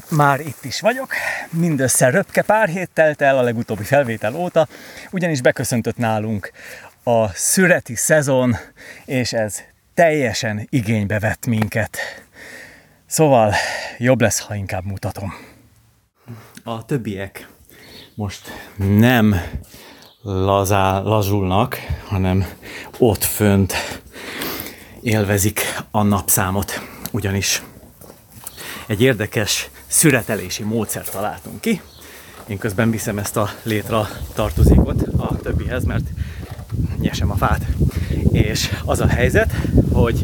Már itt is vagyok, mindössze röpke pár hét telt el a legutóbbi felvétel óta, ugyanis beköszöntött nálunk a szüreti szezon, és ez teljesen igénybe vett minket. Szóval jobb lesz, ha inkább mutatom. A többiek most nem lazulnak, hanem ott fönt élvezik a napszámot, ugyanis egy szüretelési módszert találtunk ki. Én közben viszem ezt a létra tartozékot a többihez, mert nyesem a fát. És az a helyzet, hogy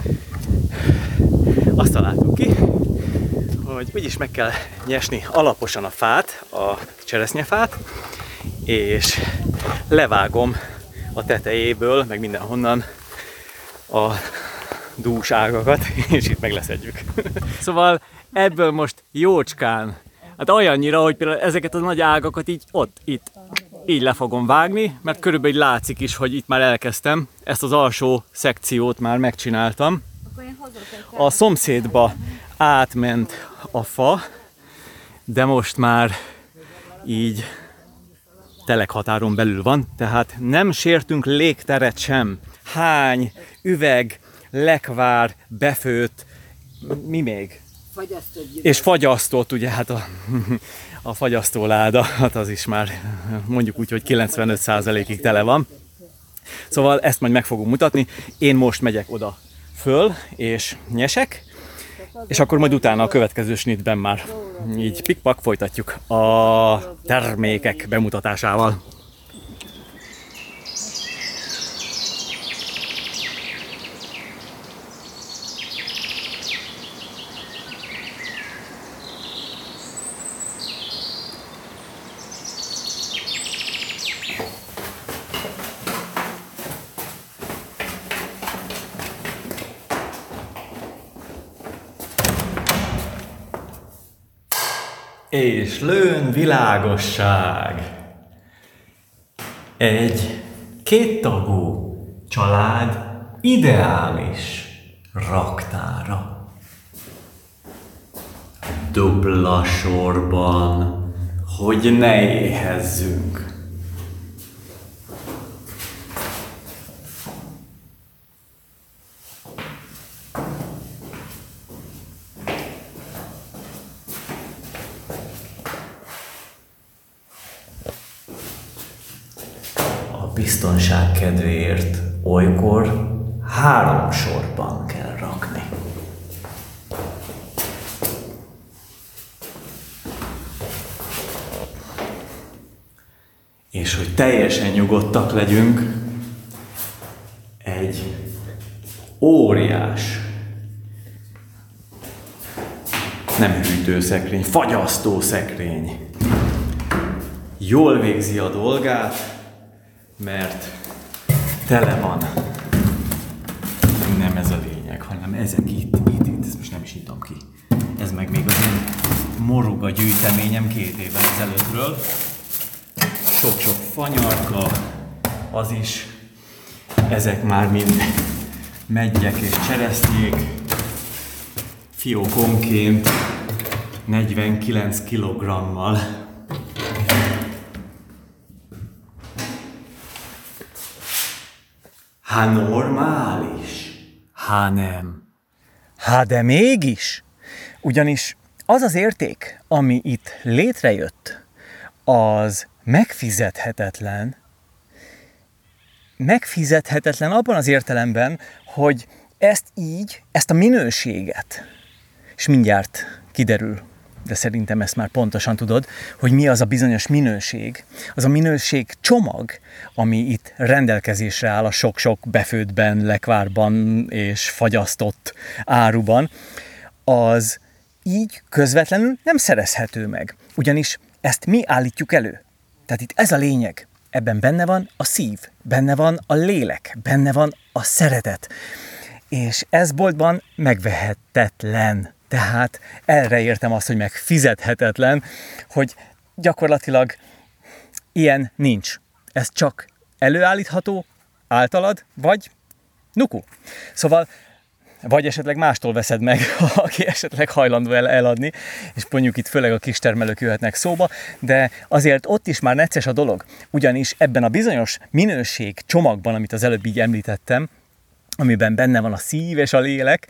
azt találtuk ki, hogy úgyis meg kell nyesni alaposan a fát, a cseresznyefát, és levágom a tetejéből, meg mindenhonnan a dús ágakat, és itt meg leszedjük. Szóval ebből most jócskán, hát olyannyira, hogy például ezeket a nagy ágakat így le fogom vágni, mert körülbelül látszik is, hogy itt már elkezdtem, ezt az alsó szekciót már megcsináltam. A szomszédba átment a fa, de most már így telekhatáron belül van, tehát nem sértünk légteret sem. Hány üveg, lekvár, befőtt, mi még? És fagyasztott, ugye hát a fagyasztóláda, hát az is már mondjuk úgy, hogy 95%-ig tele van. Szóval ezt majd meg fogom mutatni. Én most megyek oda föl, és nyesek, és akkor majd utána a következő snitben már így pikpak folytatjuk a termékek bemutatásával. És lőn világosság! Egy kéttagú család ideális raktára. Dupla sorban, hogy ne éhezzünk. Biztonság kedvéért olykor 3 sorban kell rakni. És hogy teljesen nyugodtak legyünk, egy óriás, nem hűtőszekrény, fagyasztószekrény jól végzi a dolgát, mert tele van. Nem ez a lényeg, hanem ezek itt, ezt most nem is nyitom ki. Ez meg még az én moruga gyűjteményem 2 évvel ezelőttről. Sok-sok fanyarka, az is. Ezek már mind meggyek és cseresznyék. Fiókonként 49 kilogrammal. Há normális? Há nem. Há de mégis? Ugyanis az az érték, ami itt létrejött, az megfizethetetlen. Megfizethetetlen abban az értelemben, hogy ezt a minőséget, és mindjárt kiderül, de szerintem ezt már pontosan tudod, hogy mi az a bizonyos minőség. Az a minőség csomag, ami itt rendelkezésre áll a sok-sok befőttben, lekvárban és fagyasztott áruban, az így közvetlenül nem szerezhető meg. Ugyanis ezt mi állítjuk elő. Tehát itt ez a lényeg. Ebben benne van a szív, benne van a lélek, benne van a szeretet. És ez boltban megvehetetlen. Tehát erre értem azt, hogy megfizethetetlen, hogy gyakorlatilag ilyen nincs. Ez csak előállítható általad, vagy nuku. Szóval vagy esetleg mástól veszed meg, aki esetleg hajlandó eladni, és mondjuk itt főleg a kistermelők jöhetnek szóba, de azért ott is már necces a dolog, ugyanis ebben a bizonyos minőség csomagban, amit az előbb így említettem, amiben benne van a szív és a lélek,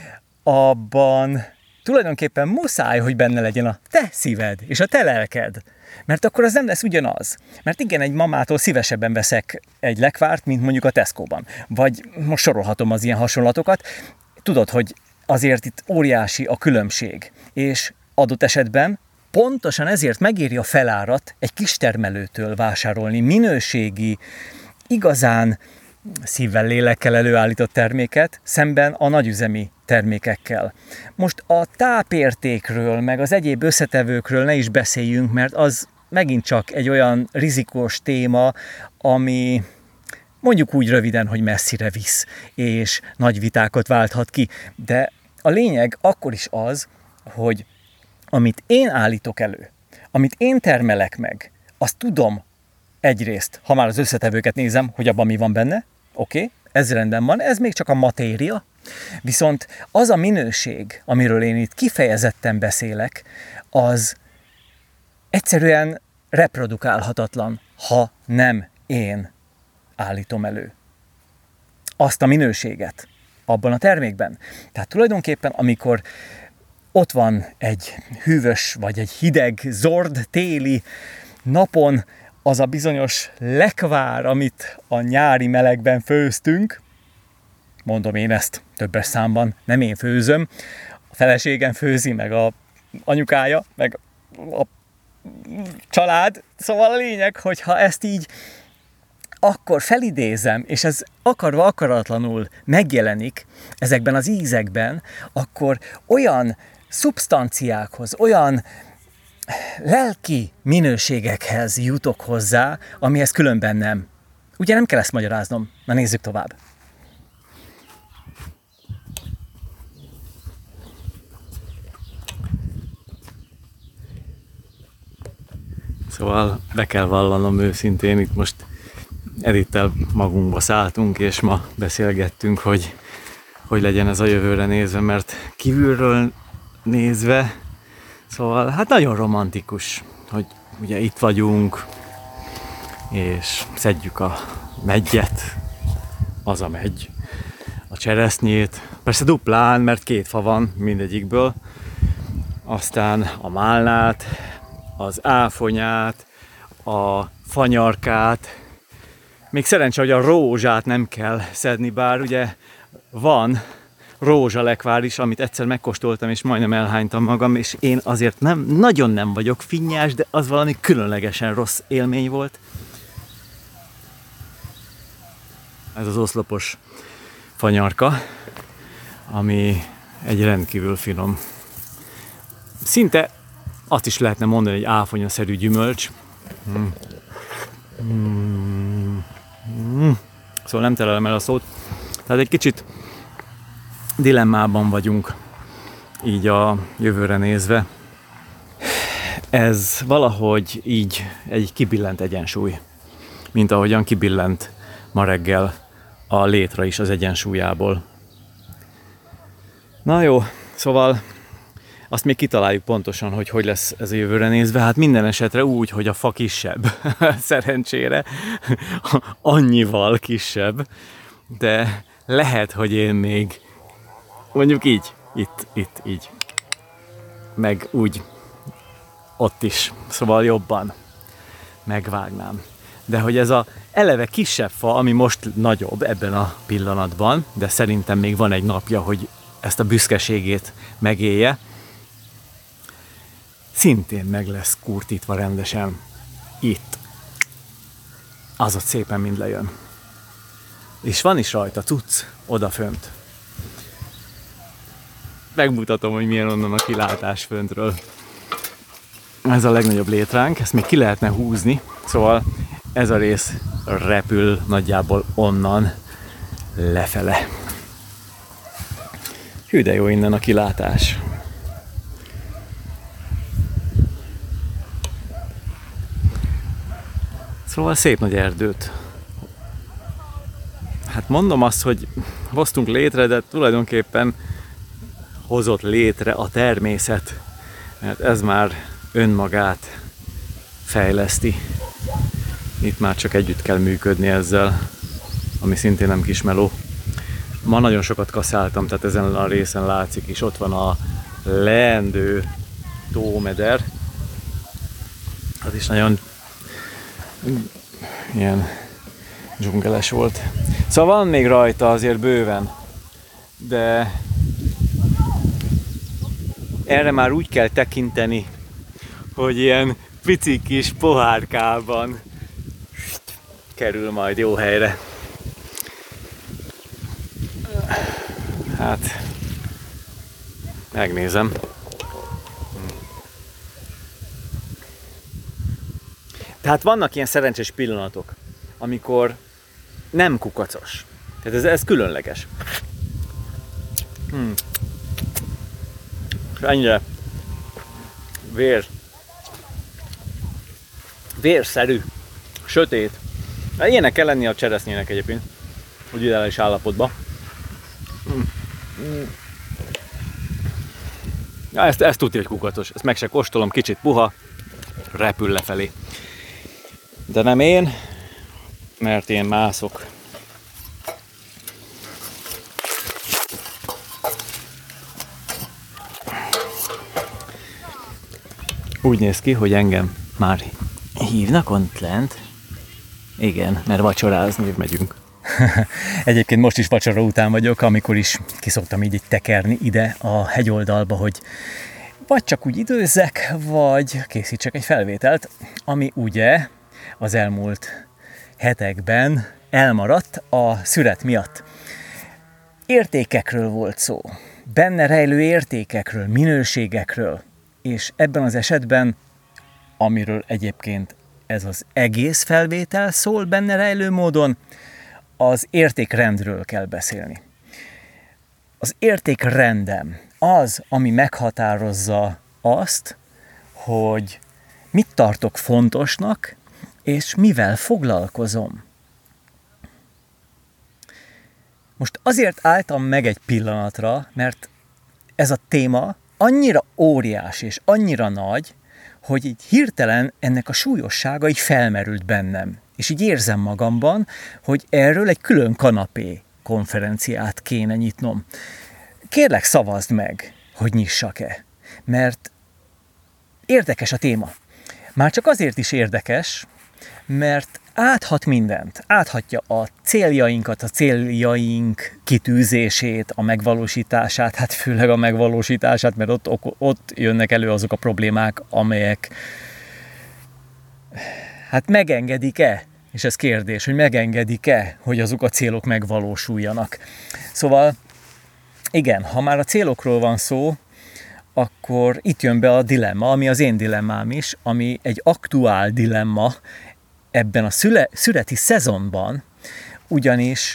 abban tulajdonképpen muszáj, hogy benne legyen a te szíved és a te lelked. Mert akkor az nem lesz ugyanaz. Mert igen, egy mamától szívesebben veszek egy lekvárt, mint mondjuk a Tesco-ban. Vagy most sorolhatom az ilyen hasonlatokat. Tudod, hogy azért itt óriási a különbség. És adott esetben pontosan ezért megéri a felárat egy kistermelőtől vásárolni minőségi, igazán szívvel, lélekkel előállított terméket, szemben a nagyüzemi termékekkel. Most a tápértékről, meg az egyéb összetevőkről ne is beszéljünk, mert az megint csak egy olyan rizikós téma, ami mondjuk úgy röviden, hogy messzire visz, és nagy vitákat válthat ki. De a lényeg akkor is az, hogy amit én állítok elő, amit én termelek meg, azt tudom egyrészt, ha már az összetevőket nézem, hogy abban mi van benne, oké, ez rendben van, ez még csak a matéria, viszont az a minőség, amiről én itt kifejezetten beszélek, az egyszerűen reprodukálhatatlan, ha nem én állítom elő azt a minőséget abban a termékben. Tehát tulajdonképpen, amikor ott van egy hűvös, vagy egy hideg, zord, téli napon az a bizonyos lekvár, amit a nyári melegben főztünk, mondom én ezt többes számban, nem én főzöm, a feleségem főzi, meg a anyukája, meg a család, szóval a lényeg, hogy ha ezt így akkor felidézem, és ez akarva akaratlanul megjelenik ezekben az ízekben, akkor olyan szubstanciákhoz, olyan lelki minőségekhez jutok hozzá, amihez különben nem. Ugye nem kell ezt magyaráznom? Na nézzük tovább. Szóval be kell vallanom őszintén, itt most Edittel magunkba szálltunk, és ma beszélgettünk, hogy legyen ez a jövőre nézve, mert kívülről nézve, szóval hát nagyon romantikus, hogy ugye itt vagyunk, és szedjük a meggyet, az a megy, a cseresznyét, persze duplán, mert 2 fa van mindegyikből, aztán a málnát, az áfonyát, a fanyarkát, még szerencsé, hogy a rózsát nem kell szedni, bár ugye van rózsalekvár is, amit egyszer megkóstoltam, és majdnem elhánytam magam, és én azért nagyon nem vagyok finnyás, de az valami különlegesen rossz élmény volt. Ez az oszlopos fanyarka, ami egy rendkívül finom. Szinte azt is lehetne mondani, hogy áfonyaszerű gyümölcs. Szóval nem terelem el a szót. Tehát egy kicsit dilemmában vagyunk így a jövőre nézve. Ez valahogy így egy kibillent egyensúly, mint ahogyan kibillent ma reggel a létra is az egyensúlyából. Na jó, szóval azt még kitaláljuk pontosan, hogy lesz ez a jövőre nézve. Hát minden esetre úgy, hogy a fa kisebb. Szerencsére. Annyival kisebb. De lehet, hogy én még mondjuk így, itt, így. Meg úgy, ott is. Szóval jobban megvágnám. De hogy ez a eleve kisebb fa, ami most nagyobb ebben a pillanatban, de szerintem még van egy napja, hogy ezt a büszkeségét megélje, szintén meg lesz kurtítva rendesen itt. Az ott szépen mind lejön. És van is rajta cucc odafönt. Megmutatom, hogy milyen onnan a kilátás föntről. Ez a legnagyobb létránk, ezt még ki lehetne húzni, szóval ez a rész repül nagyjából onnan lefele. Hű, de jó innen a kilátás. Szóval szép nagy erdőt. Hát mondom azt, hogy hoztunk létre, de tulajdonképpen hozott létre a természet, mert ez már önmagát fejleszti. Itt már csak együtt kell működni ezzel, ami szintén nem kis meló. Ma nagyon sokat kaszáltam, tehát ezen a részen látszik is, ott van a leendő tómeder. Az is nagyon ilyen dzsungeles volt. Szóval van még rajta azért bőven, de erre már úgy kell tekinteni, hogy ilyen pici kis pohárkában kerül majd jó helyre. Hát, megnézem. Tehát vannak ilyen szerencsés pillanatok, amikor nem kukacos. Tehát ez különleges. És ennyire vérszerű, sötét. Ilyenek kell lenni a cseresznyének egyébként, úgy ideális állapotban. Ja, ezt tudja, hogy kukacos. Ezt meg se kóstolom, kicsit puha, repül lefelé. De nem én, mert én mászok. Úgy néz ki, hogy engem már hívnak ott lent. Igen, mert vacsorázni megyünk. Egyébként most is vacsora után vagyok, amikor is kiszoktam így tekerni ide a hegyoldalba, hogy vagy csak úgy időzzek, vagy készítsek egy felvételt, ami ugye az elmúlt hetekben elmaradt a szüret miatt. Értékekről volt szó, benne rejlő értékekről, minőségekről, és ebben az esetben, amiről egyébként ez az egész felvétel szól benne rejlő módon, az értékrendről kell beszélni. Az értékrendem az, ami meghatározza azt, hogy mit tartok fontosnak, és mivel foglalkozom. Most azért álltam meg egy pillanatra, mert ez a téma annyira óriás és annyira nagy, hogy így hirtelen ennek a súlyossága így felmerült bennem. És így érzem magamban, hogy erről egy külön kanapé konferenciát kéne nyitnom. Kérlek, szavazd meg, hogy nyissak-e, mert érdekes a téma. Már csak azért is érdekes, mert áthat mindent. Áthatja a céljainkat, a céljaink kitűzését, a megvalósítását, hát főleg a megvalósítását, mert ott jönnek elő azok a problémák, amelyek hát megengedik-e, és ez kérdés, hogy megengedik-e, hogy azok a célok megvalósuljanak. Szóval igen, ha már a célokról van szó, akkor itt jön be a dilemma, ami az én dilemmám is, ami egy aktuál dilemma ebben a szüreti szezonban, ugyanis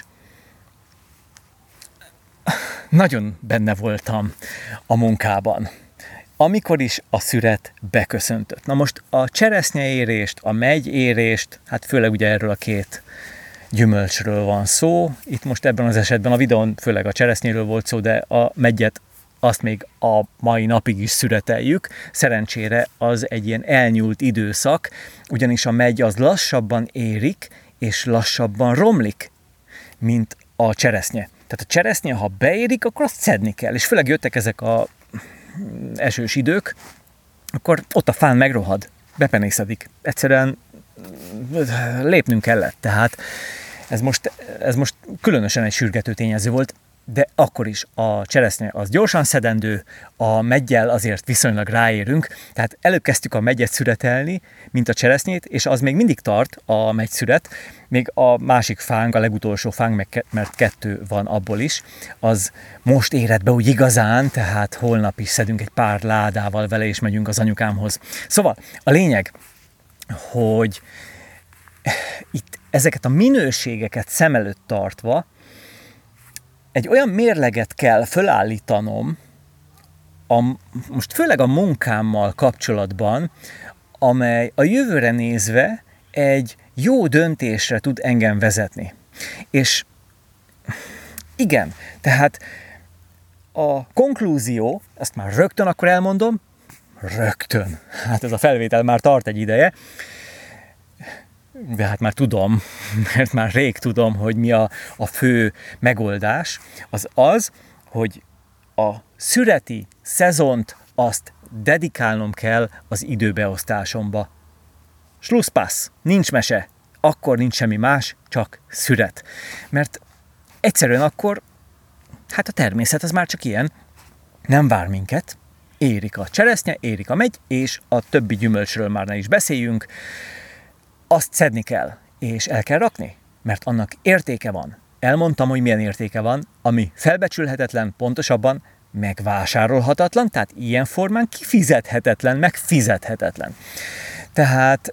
nagyon benne voltam a munkában, amikor is a szüret beköszöntött. Na most a cseresznyeérést, a megyérést, hát főleg ugye erről a két gyümölcsről van szó. Itt most ebben az esetben a videón főleg a cseresznyéről volt szó, de a meggyet azt még a mai napig is szüreteljük. Szerencsére az egy ilyen elnyúlt időszak, ugyanis a megy az lassabban érik, és lassabban romlik, mint a cseresznye. Tehát a cseresznye, ha beérik, akkor azt szedni kell. És főleg jöttek ezek a esős idők, akkor ott a fán megrohad, bepenészedik. Egyszerűen lépnünk kellett. Tehát ez most különösen egy sürgető tényező volt, de akkor is a cseresznye az gyorsan szedendő, a meggyel azért viszonylag ráérünk, tehát előbb kezdtük a megyet szüretelni, mint a cseresznyét, és az még mindig tart a megyszüret, még a másik fánk, a legutolsó fánk, mert 2 van abból is, az most éred be úgy igazán, tehát holnap is szedünk egy pár ládával vele, és megyünk az anyukámhoz. Szóval a lényeg, hogy itt ezeket a minőségeket szem előtt tartva, egy olyan mérleget kell fölállítanom, most főleg a munkámmal kapcsolatban, amely a jövőre nézve egy jó döntésre tud engem vezetni. És Igen, tehát a konklúzió, ezt már rögtön akkor elmondom, rögtön, hát ez a felvétel már tart egy ideje, de hát már tudom, mert már rég tudom, hogy mi a fő megoldás, az, hogy a szüreti szezont azt dedikálnom kell az időbeosztásomba. Schlusspass, nincs mese, akkor nincs semmi más, csak szüret. Mert egyszerűen akkor, hát a természet az már csak ilyen, nem vár minket, érik a cseresznye, érik a megy, és a többi gyümölcsről már ne is beszéljünk, azt szedni kell, és el kell rakni, mert annak értéke van. Elmondtam, hogy milyen értéke van, ami felbecsülhetetlen, pontosabban megvásárolhatatlan, tehát ilyen formán kifizethetetlen, megfizethetetlen. Tehát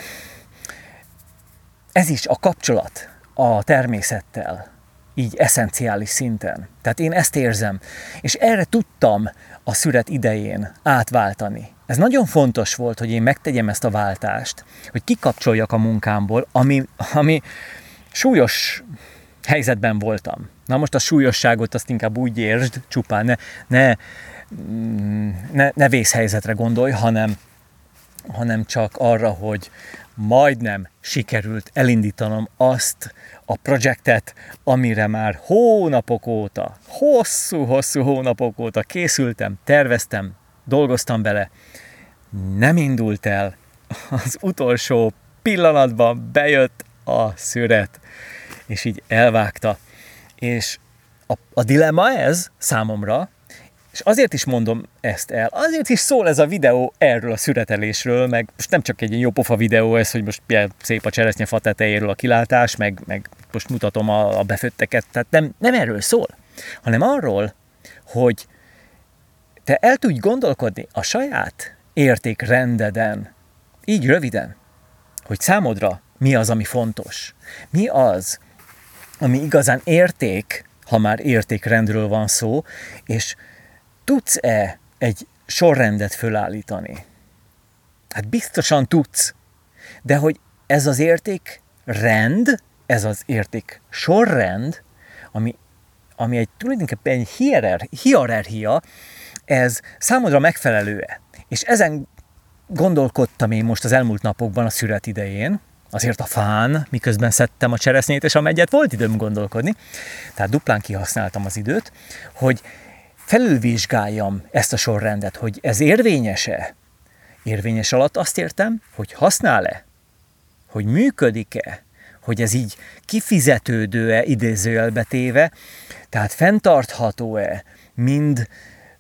ez is a kapcsolat a természettel, így eszenciális szinten. Tehát én ezt érzem, és erre tudtam a szüret idején átváltani. Ez nagyon fontos volt, hogy én megtegyem ezt a váltást, hogy kikapcsoljak a munkámból, ami súlyos helyzetben voltam. Na most a súlyosságot azt inkább úgy értsd, csupán ne vészhelyzetre gondolj, hanem csak arra, hogy majdnem sikerült elindítanom azt a projektet, amire már hónapok óta, hosszú hónapok óta készültem, terveztem, dolgoztam vele. Nem indult el. Az utolsó pillanatban bejött a szüret, és így elvágta. És a dilemma ez számomra, és azért is mondom ezt el, azért is szól ez a videó erről a szüretelésről, meg most nem csak egy ilyen jópofa videó ez, hogy most szép a cseresznyefa tetejéről a kilátás, meg most mutatom a befőtteket, tehát nem erről szól, hanem arról, hogy te el tudj gondolkodni a saját értékrendeden, így röviden, hogy számodra mi az, ami fontos. Mi az, ami igazán érték, ha már értékrendről van szó, és tudsz-e egy sorrendet fölállítani? Hát biztosan tudsz, de hogy ez az értékrend, ez az érték sorrend, ami egy tulajdonképpen egy hierarchia, ez számodra megfelelő-e? És ezen gondolkodtam én most az elmúlt napokban a szüret idején, azért a fán, miközben szedtem a cseresznyét és a megyet, volt időm gondolkodni, tehát duplán kihasználtam az időt, hogy felülvizsgáljam ezt a sorrendet, hogy ez érvényes-e? Érvényes alatt azt értem, hogy használ-e? Hogy működik-e? Hogy ez így kifizetődő-e, idézőjelbe téve, tehát fenntartható-e, mind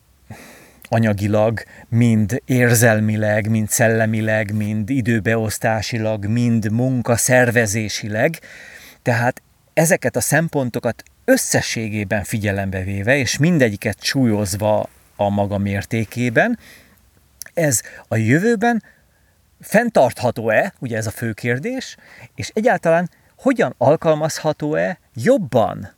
anyagilag, mind érzelmileg, mind szellemileg, mind időbeosztásilag, mind munkaszervezésileg. Tehát ezeket a szempontokat összességében figyelembe véve, és mindegyiket súlyozva a maga mértékében, ez a jövőben fenntartható-e, ugye ez a fő kérdés, és egyáltalán hogyan alkalmazható-e jobban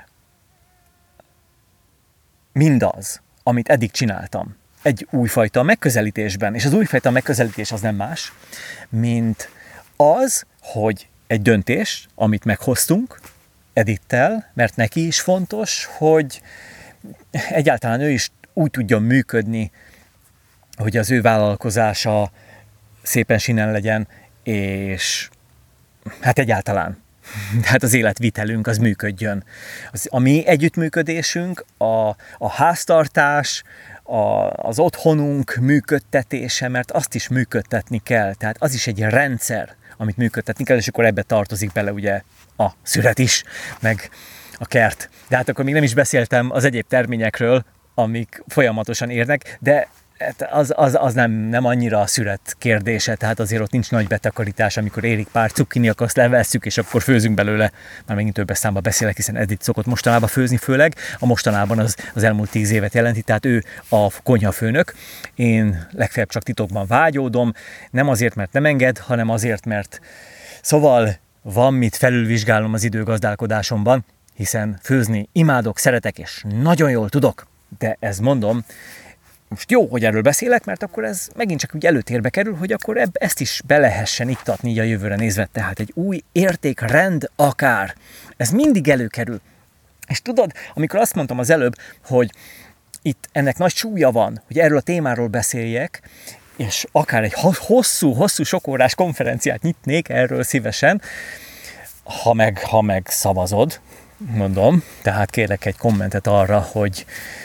mindaz, amit eddig csináltam. Egy újfajta megközelítésben, és az újfajta megközelítés az nem más, mint az, hogy egy döntés, amit meghoztunk Edittel, mert neki is fontos, hogy egyáltalán ő is úgy tudjon működni, hogy az ő vállalkozása szépen sinen legyen, és hát egyáltalán, hát az életvitelünk az működjön. A mi együttműködésünk, a háztartás, az otthonunk működtetése, mert azt is működtetni kell, tehát az is egy rendszer, amit működtetni kell, és akkor ebbe tartozik bele ugye a szüret is, meg a kert. De hát akkor még nem is beszéltem az egyéb terményekről, amik folyamatosan érnek, de az nem annyira a szüret kérdése, tehát azért ott nincs nagy betakarítás, amikor érik pár cukkini, akkor azt levesszük, és akkor főzünk belőle. Már megint többes számba beszélek, hiszen Edith szokott mostanában főzni főleg. A mostanában az elmúlt 10 évet jelenti, tehát ő a konyhafőnök. Én legfeljebb csak titokban vágyódom, nem azért, mert nem enged, hanem azért, mert szóval van mit felülvizsgálnom az időgazdálkodásomban, hiszen főzni imádok, szeretek, és nagyon jól tudok. De ez mondom, most jó, hogy erről beszélek, mert akkor ez megint csak úgy előtérbe kerül, hogy akkor ezt is be lehessen iktatni így a jövőre nézve. Tehát egy új értékrend akár. Ez mindig előkerül. És tudod, amikor azt mondtam az előbb, hogy itt ennek nagy súlya van, hogy erről a témáról beszéljek, és akár egy hosszú, sokórás konferenciát nyitnék erről szívesen, ha meg szavazod, mondom, tehát kérlek egy kommentet arra, hogy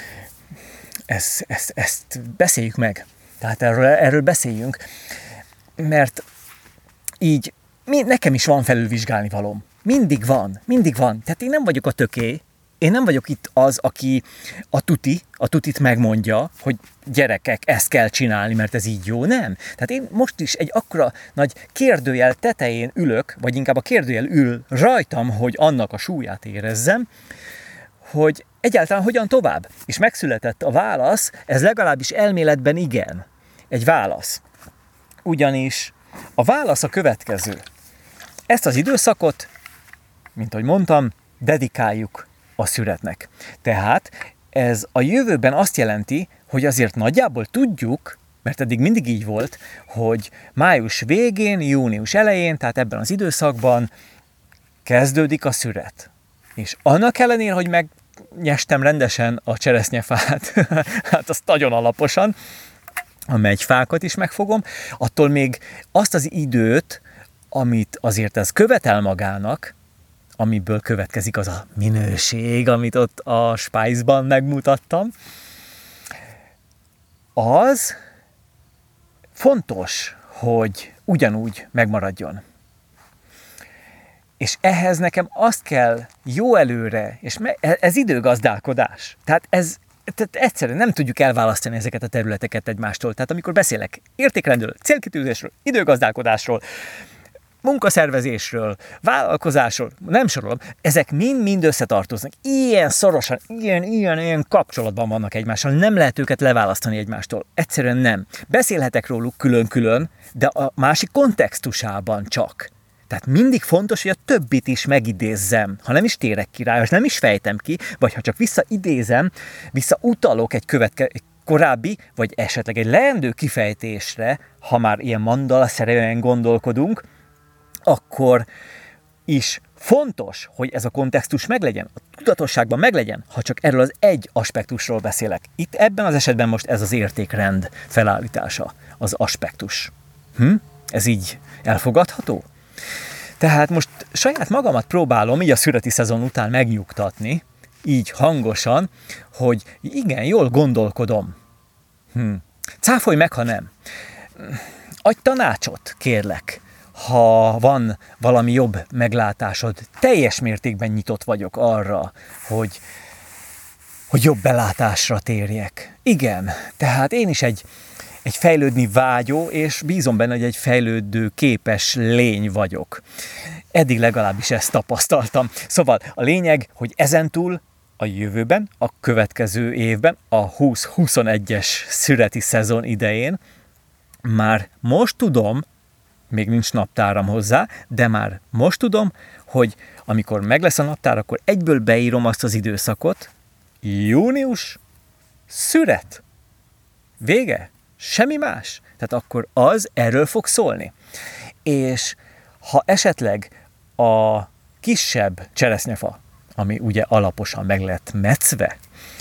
ezt beszéljük meg. Tehát erről beszéljünk, mert így nekem is van felülvizsgálni valóm. Mindig van. Tehát én nem vagyok a töké, én nem vagyok itt az, aki a tutit megmondja, hogy gyerekek, ezt kell csinálni, mert ez így jó, nem. Tehát én most is egy akkora nagy kérdőjel tetején ülök, vagy inkább a kérdőjel ül rajtam, hogy annak a súlyát érezzem, hogy egyáltalán hogyan tovább. És megszületett a válasz, ez legalábbis elméletben igen, egy válasz. Ugyanis a válasz a következő. Ezt az időszakot, mint ahogy mondtam, dedikáljuk a szüretnek. Tehát ez a jövőben azt jelenti, hogy azért nagyjából tudjuk, mert eddig mindig így volt, hogy május végén, június elején, tehát ebben az időszakban kezdődik a szüret. És annak ellenére, hogy megnyestem rendesen a cseresznyefát, hát azt nagyon alaposan, a megyfákat is megfogom, attól még azt az időt, amit azért ez követel magának, amiből következik az a minőség, amit ott a Spice-ban megmutattam, az fontos, hogy ugyanúgy megmaradjon. És ehhez nekem azt kell jó előre, és ez időgazdálkodás. Tehát egyszerűen nem tudjuk elválasztani ezeket a területeket egymástól. Tehát amikor beszélek értékrendről, célkitűzésről, időgazdálkodásról, munkaszervezésről, vállalkozásról, nem sorolom, ezek mind összetartoznak. Ilyen szorosan, ilyen kapcsolatban vannak egymással. Nem lehet őket leválasztani egymástól. Egyszerűen nem. Beszélhetek róluk külön-külön, de a másik kontextusában csak. Tehát mindig fontos, hogy a többit is megidézzem. Ha nem is térek ki rá, és nem is fejtem ki, vagy ha csak visszautalok egy korábbi, vagy esetleg egy leendő kifejtésre, ha már ilyen mandala-szerűen gondolkodunk, akkor is fontos, hogy ez a kontextus meglegyen, a tudatosságban meglegyen, ha csak erről az egy aspektusról beszélek. Itt ebben az esetben most ez az értékrend felállítása, az aspektus. Ez így elfogadható? Tehát most saját magamat próbálom így a szüreti szezon után megnyugtatni, így hangosan, hogy igen, jól gondolkodom. Cáfolj meg, ha nem. Adj tanácsot, kérlek. Ha van valami jobb meglátásod, teljes mértékben nyitott vagyok arra, hogy jobb belátásra térjek. Igen, tehát én is egy fejlődni vágyó, és bízom benne, hogy egy fejlődő képes lény vagyok. Eddig legalábbis ezt tapasztaltam. Szóval a lényeg, hogy ezentúl a jövőben, a következő évben, a 2021-es szüreti szezon idején már most tudom, még nincs naptáram hozzá, de már most tudom, hogy amikor meg lesz a naptár, akkor egyből beírom azt az időszakot, június, szüret. Vége. Semmi más. Tehát akkor az erről fog szólni. És ha esetleg a kisebb cseresznyefa, ami ugye alaposan meg lett metszve,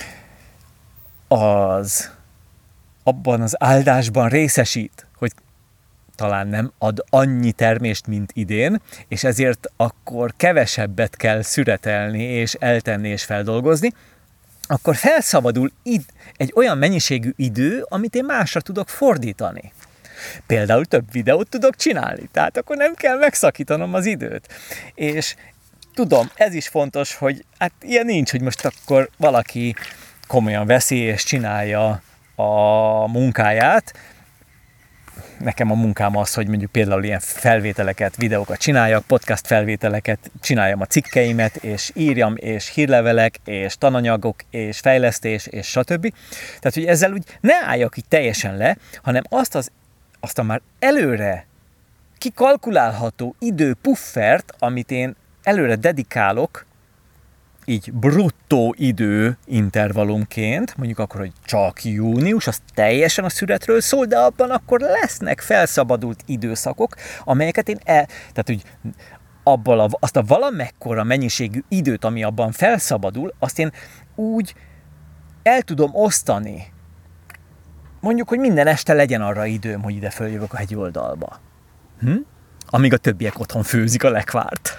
az abban az áldásban részesít, hogy talán nem ad annyi termést, mint idén, és ezért akkor kevesebbet kell szüretelni, és eltenni, és feldolgozni, akkor felszabadul egy olyan mennyiségű idő, amit én másra tudok fordítani. Például több videót tudok csinálni, tehát akkor nem kell megszakítanom az időt. És tudom, ez is fontos, hogy hát ilyen nincs, hogy most akkor valaki komolyan veszi és csinálja a munkáját. Nekem a munkám az, hogy mondjuk például ilyen felvételeket, videókat csináljak, podcast felvételeket, csináljam a cikkeimet, és írjam, és hírlevelek, és tananyagok, és fejlesztés, és stb. Tehát, hogy ezzel úgy ne álljak így teljesen le, hanem azt a már előre kikalkulálható időpuffert, amit én előre dedikálok, így bruttó idő intervallumként, mondjuk akkor, hogy csak június, az teljesen a szüretről szól, de abban akkor lesznek felszabadult időszakok, amelyeket én tehát úgy azt a valamekkora mennyiségű időt, ami abban felszabadul, azt én úgy el tudom osztani. Mondjuk, hogy minden este legyen arra időm, hogy ide följövök a hegyi oldalba. Amíg a többiek otthon főzik a lekvárt.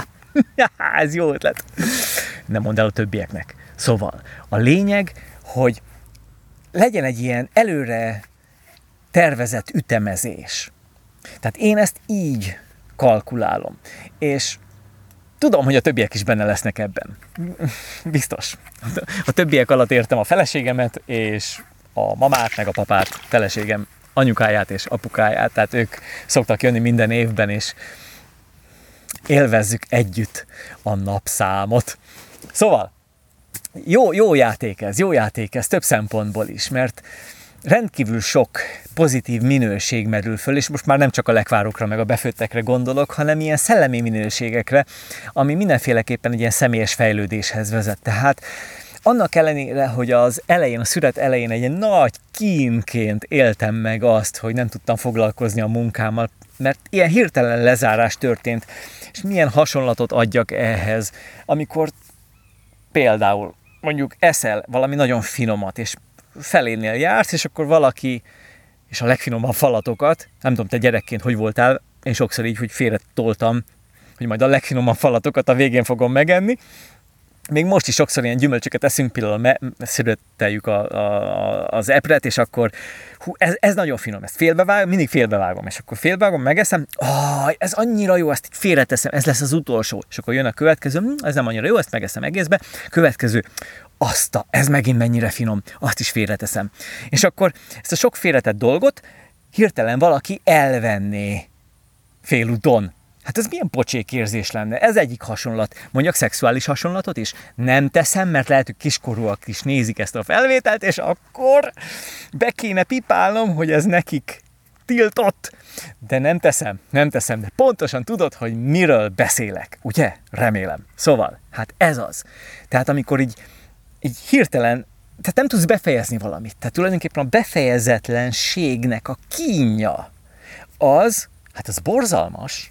Ez jó ötlet. Nem mondd el a többieknek. Szóval a lényeg, hogy legyen egy ilyen előre tervezett ütemezés. Tehát én ezt így kalkulálom. És tudom, hogy a többiek is benne lesznek ebben. Biztos. A többiek alatt értem a feleségemet, és a mamát, meg a papát, feleségem anyukáját és apukáját. Tehát ők szoktak jönni minden évben, és élvezzük együtt a napszámot. Szóval, jó játék ez több szempontból is, mert rendkívül sok pozitív minőség merül föl, és most már nem csak a lekvárokra, meg a befőttekre gondolok, hanem ilyen szellemi minőségekre, ami mindenféleképpen egy ilyen személyes fejlődéshez vezet. Tehát annak ellenére, hogy az elején, a szület elején egy ilyen nagy kínként éltem meg azt, hogy nem tudtam foglalkozni a munkámmal, mert ilyen hirtelen lezárás történt, és milyen hasonlatot adjak ehhez, amikor például mondjuk eszel valami nagyon finomat, és felénél jársz, és akkor valaki, és a legfinomabb falatokat, nem tudom, te gyerekként hogy voltál, én sokszor így, hogy félretoltam, hogy majd a legfinomabb falatokat a végén fogom megenni. Még most is sokszor ilyen gyümölcsöket eszünk, például születteljük az epret, és akkor ez nagyon finom, ezt félbevágom, mindig félbevágom, és akkor félbevágom, megeszem, ez annyira jó, ezt így félreteszem, ez lesz az utolsó, és akkor jön a következő, ez nem annyira jó, ezt megeszem egészbe, következő, ez megint mennyire finom, azt is félreteszem. És akkor ezt a sok félretett dolgot hirtelen valaki elvenné félúton. Hát ez milyen pocsék érzés lenne? Ez egyik hasonlat. Mondjak szexuális hasonlatot is? Nem teszem, mert lehet, hogy kiskorúak is nézik ezt a felvételt, és akkor be kéne pipálnom, hogy ez nekik tiltott. De nem teszem, de pontosan tudod, hogy miről beszélek, ugye? Remélem. Szóval, hát ez az. Tehát amikor így hirtelen, tehát nem tudsz befejezni valamit. Tehát tulajdonképpen a befejezetlenségnek a kínja az borzalmas.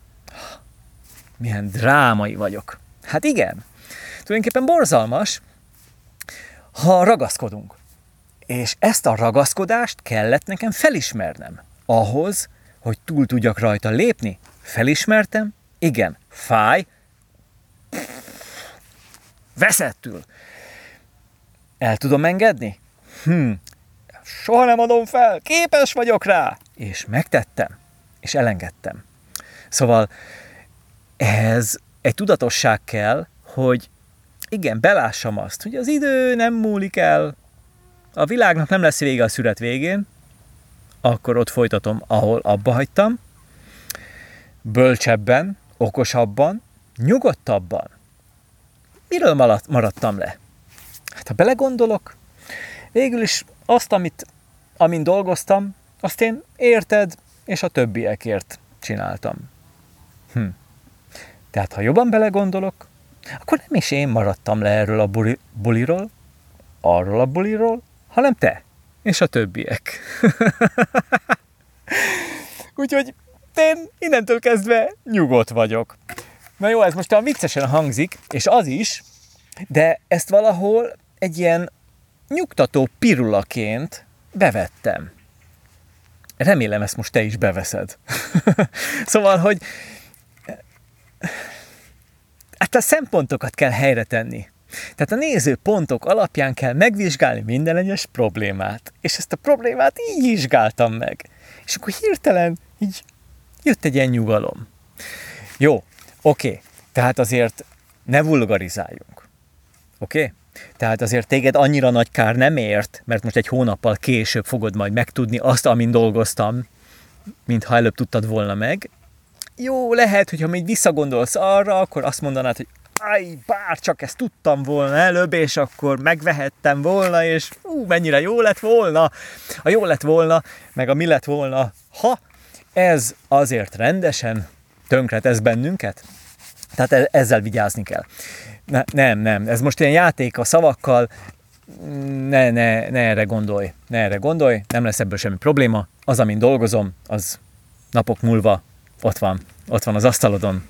Milyen drámai vagyok. Hát igen, tulajdonképpen borzalmas, ha ragaszkodunk. És ezt a ragaszkodást kellett nekem felismernem. Ahhoz, hogy túl tudjak rajta lépni, felismertem, igen, fáj, veszettül. El tudom engedni? Soha nem adom fel, képes vagyok rá. És megtettem, és elengedtem. Szóval ehhez egy tudatosság kell, hogy igen, belássam azt, hogy az idő nem múlik el, a világnak nem lesz vége a szület végén, akkor ott folytatom, ahol abba hagytam, bölcsebben, okosabban, nyugodtabban. Miről maradtam le? Hát ha belegondolok, végül is azt, amin dolgoztam, azt én érted, és a többiekért csináltam. Tehát ha jobban belegondolok, akkor nem is én maradtam le erről a buliról, arról a buliról, hanem te, és a többiek. Úgyhogy én innentől kezdve nyugodt vagyok. Na jó, ez most a viccesen hangzik, és az is, de ezt valahol egy ilyen nyugtató pirulaként bevettem. Remélem, ezt most te is beveszed. Szóval, hogy hát a szempontokat kell helyre tenni. Tehát a nézőpontok alapján kell megvizsgálni minden egyes problémát. És ezt a problémát így vizsgáltam meg. És akkor hirtelen így jött egy ilyen nyugalom. Jó, oké. Tehát azért ne vulgarizáljunk. Oké? Tehát azért téged annyira nagy kár nem ért, mert most egy hónappal később fogod majd megtudni azt, amin dolgoztam, mintha előbb tudtad volna meg. Jó, lehet, hogyha még visszagondolsz arra, akkor azt mondanád, hogy bár csak ezt tudtam volna előbb, és akkor megvehettem volna, és mennyire jó lett volna. A jó lett volna, meg a mi lett volna, ha ez azért rendesen tönkretesz bennünket. Tehát ezzel vigyázni kell. Nem, ez most ilyen játék a szavakkal, ne erre gondolj, nem lesz ebből semmi probléma. Az, amin dolgozom, az napok múlva ott van az asztalodon,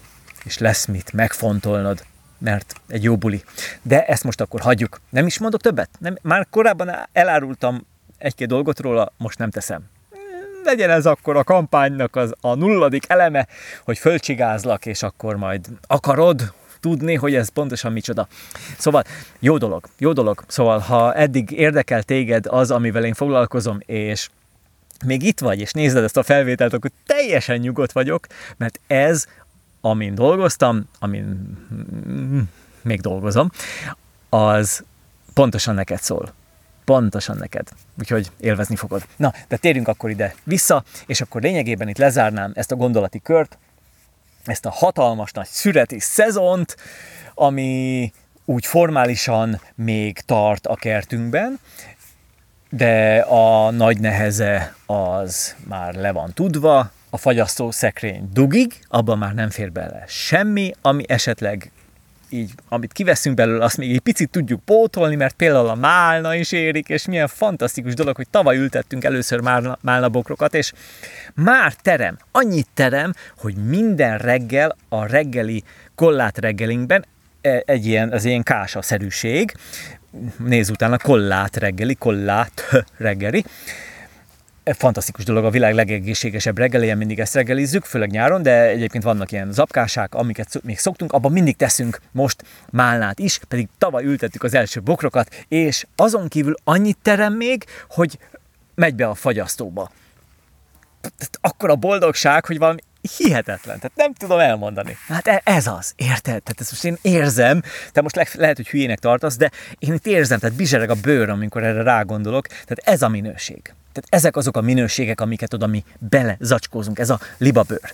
és lesz mit megfontolnod, mert egy jó buli. De ezt most akkor hagyjuk. Nem is mondok többet? Már korábban elárultam egy-két dolgot róla, most nem teszem. Legyen ez akkor a kampánynak a 0. eleme, hogy fölcsigázlak, és akkor majd akarod tudni, hogy ez pontosan micsoda. Szóval jó dolog. Szóval ha eddig érdekel téged az, amivel én foglalkozom, és még itt vagy, és nézed ezt a felvételt, akkor teljesen nyugodt vagyok, mert ez, amin dolgoztam, amin még dolgozom, az pontosan neked szól. Pontosan neked. Úgyhogy élvezni fogod. Na, de térjünk akkor ide vissza, és akkor lényegében itt lezárnám ezt a gondolati kört, ezt a hatalmas nagy szüreti szezont, ami úgy formálisan még tart a kertünkben, de a nagy neheze az már le van tudva, a fagyasztó szekrény dugig, abban már nem fér bele semmi, ami esetleg így, amit kiveszünk belőle, azt még egy picit tudjuk pótolni, mert például a málna is érik, és milyen fantasztikus dolog, hogy tavaly ültettünk először málnabokrokat, és már terem, annyit terem, hogy minden reggel a reggeli kollát reggelinkben az ilyen kásaszerűség, nézz utána, kollát reggeli, fantasztikus dolog, a világ legegészségesebb reggelije, mindig ezt reggelizzük, főleg nyáron, de egyébként vannak ilyen zapkásák, amiket még szoktunk, abban mindig teszünk most málnát is, pedig tavaly ültettük az első bokrokat, és azon kívül annyit terem még, hogy megy be a fagyasztóba. Akkora boldogság, hogy valami hihetetlen, tehát nem tudom elmondani. Hát ez az, érted? Tehát ezt most én érzem, te most lehet, hogy hülyének tartasz, de én itt érzem, tehát bizsereg a bőröm, amikor erre rágondolok, tehát ez a minőség. Tehát ezek azok a minőségek, amiket oda mi belezacskózunk, ez a libabőr,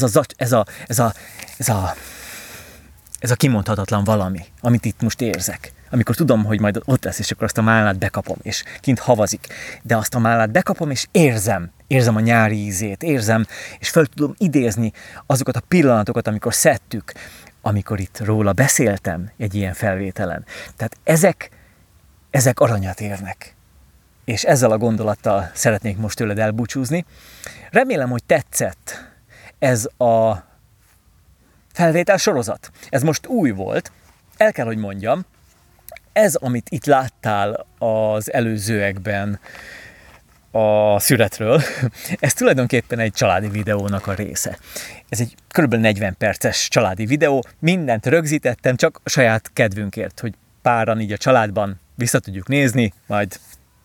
ez a kimondhatatlan valami, amit itt most érzek. Amikor tudom, hogy majd ott lesz, és akkor azt a málnát bekapom, és kint havazik. De azt a málnát bekapom, és érzem a nyári ízét, érzem, és fel tudom idézni azokat a pillanatokat, amikor szedtük, amikor itt róla beszéltem egy ilyen felvételen. Tehát ezek aranyat érnek. És ezzel a gondolattal szeretnék most tőled elbúcsúzni. Remélem, hogy tetszett ez a felvétel sorozat. Ez most új volt, el kell, hogy mondjam, ez, amit itt láttál az előzőekben a szüretről, ez tulajdonképpen egy családi videónak a része. Ez egy kb. 40 perces családi videó, mindent rögzítettem, csak a saját kedvünkért, hogy páran így a családban vissza tudjuk nézni, majd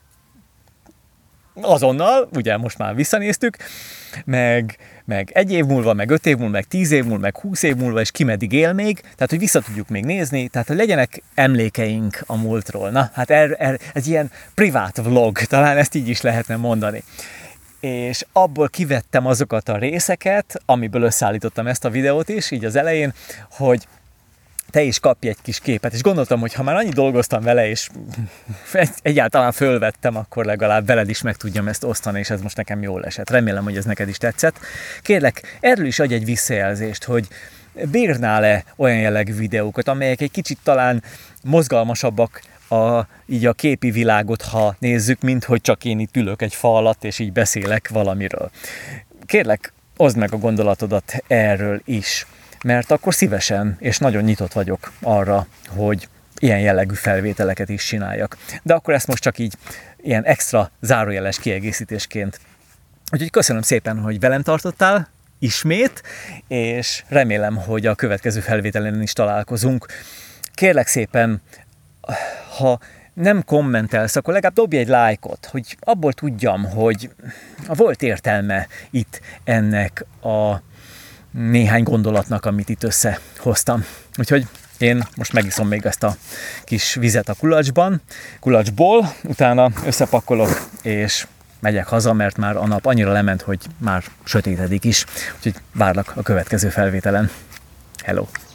azonnal, ugye most már visszanéztük, meg 1 év múlva, meg 5 év múlva, meg 10 év múlva, meg 20 év múlva, és ki meddig él még, tehát hogy vissza tudjuk még nézni, tehát hogy legyenek emlékeink a múltról. Na, hát ez ilyen privát vlog, talán ezt így is lehetne mondani. És abból kivettem azokat a részeket, amiből összeállítottam ezt a videót is, így az elején, hogy te is kapj egy kis képet, és gondoltam, hogy ha már annyit dolgoztam vele, és egyáltalán fölvettem, akkor legalább veled is meg tudjam ezt osztani, és ez most nekem jól esett. Remélem, hogy ez neked is tetszett. Kérlek, erről is adj egy visszajelzést, hogy bírnál-e olyan jellegű videókat, amelyek egy kicsit talán mozgalmasabbak így a képi világot, ha nézzük, mint hogy csak én itt ülök egy fa alatt, és így beszélek valamiről. Kérlek, oszd meg a gondolatodat erről is, mert akkor szívesen és nagyon nyitott vagyok arra, hogy ilyen jellegű felvételeket is csináljak. De akkor ezt most csak így ilyen extra zárójeles kiegészítésként. Úgyhogy köszönöm szépen, hogy velem tartottál ismét, és remélem, hogy a következő felvételen is találkozunk. Kérlek szépen, ha nem kommentelsz, akkor legalább dobj egy lájkot, hogy abból tudjam, hogy volt értelme itt ennek a néhány gondolatnak, amit itt összehoztam. Úgyhogy én most megiszom még ezt a kis vizet a kulacsból, utána összepakolok, és megyek haza, mert már a nap annyira lement, hogy már sötétedik is. Úgyhogy várlak a következő felvételen. Hello!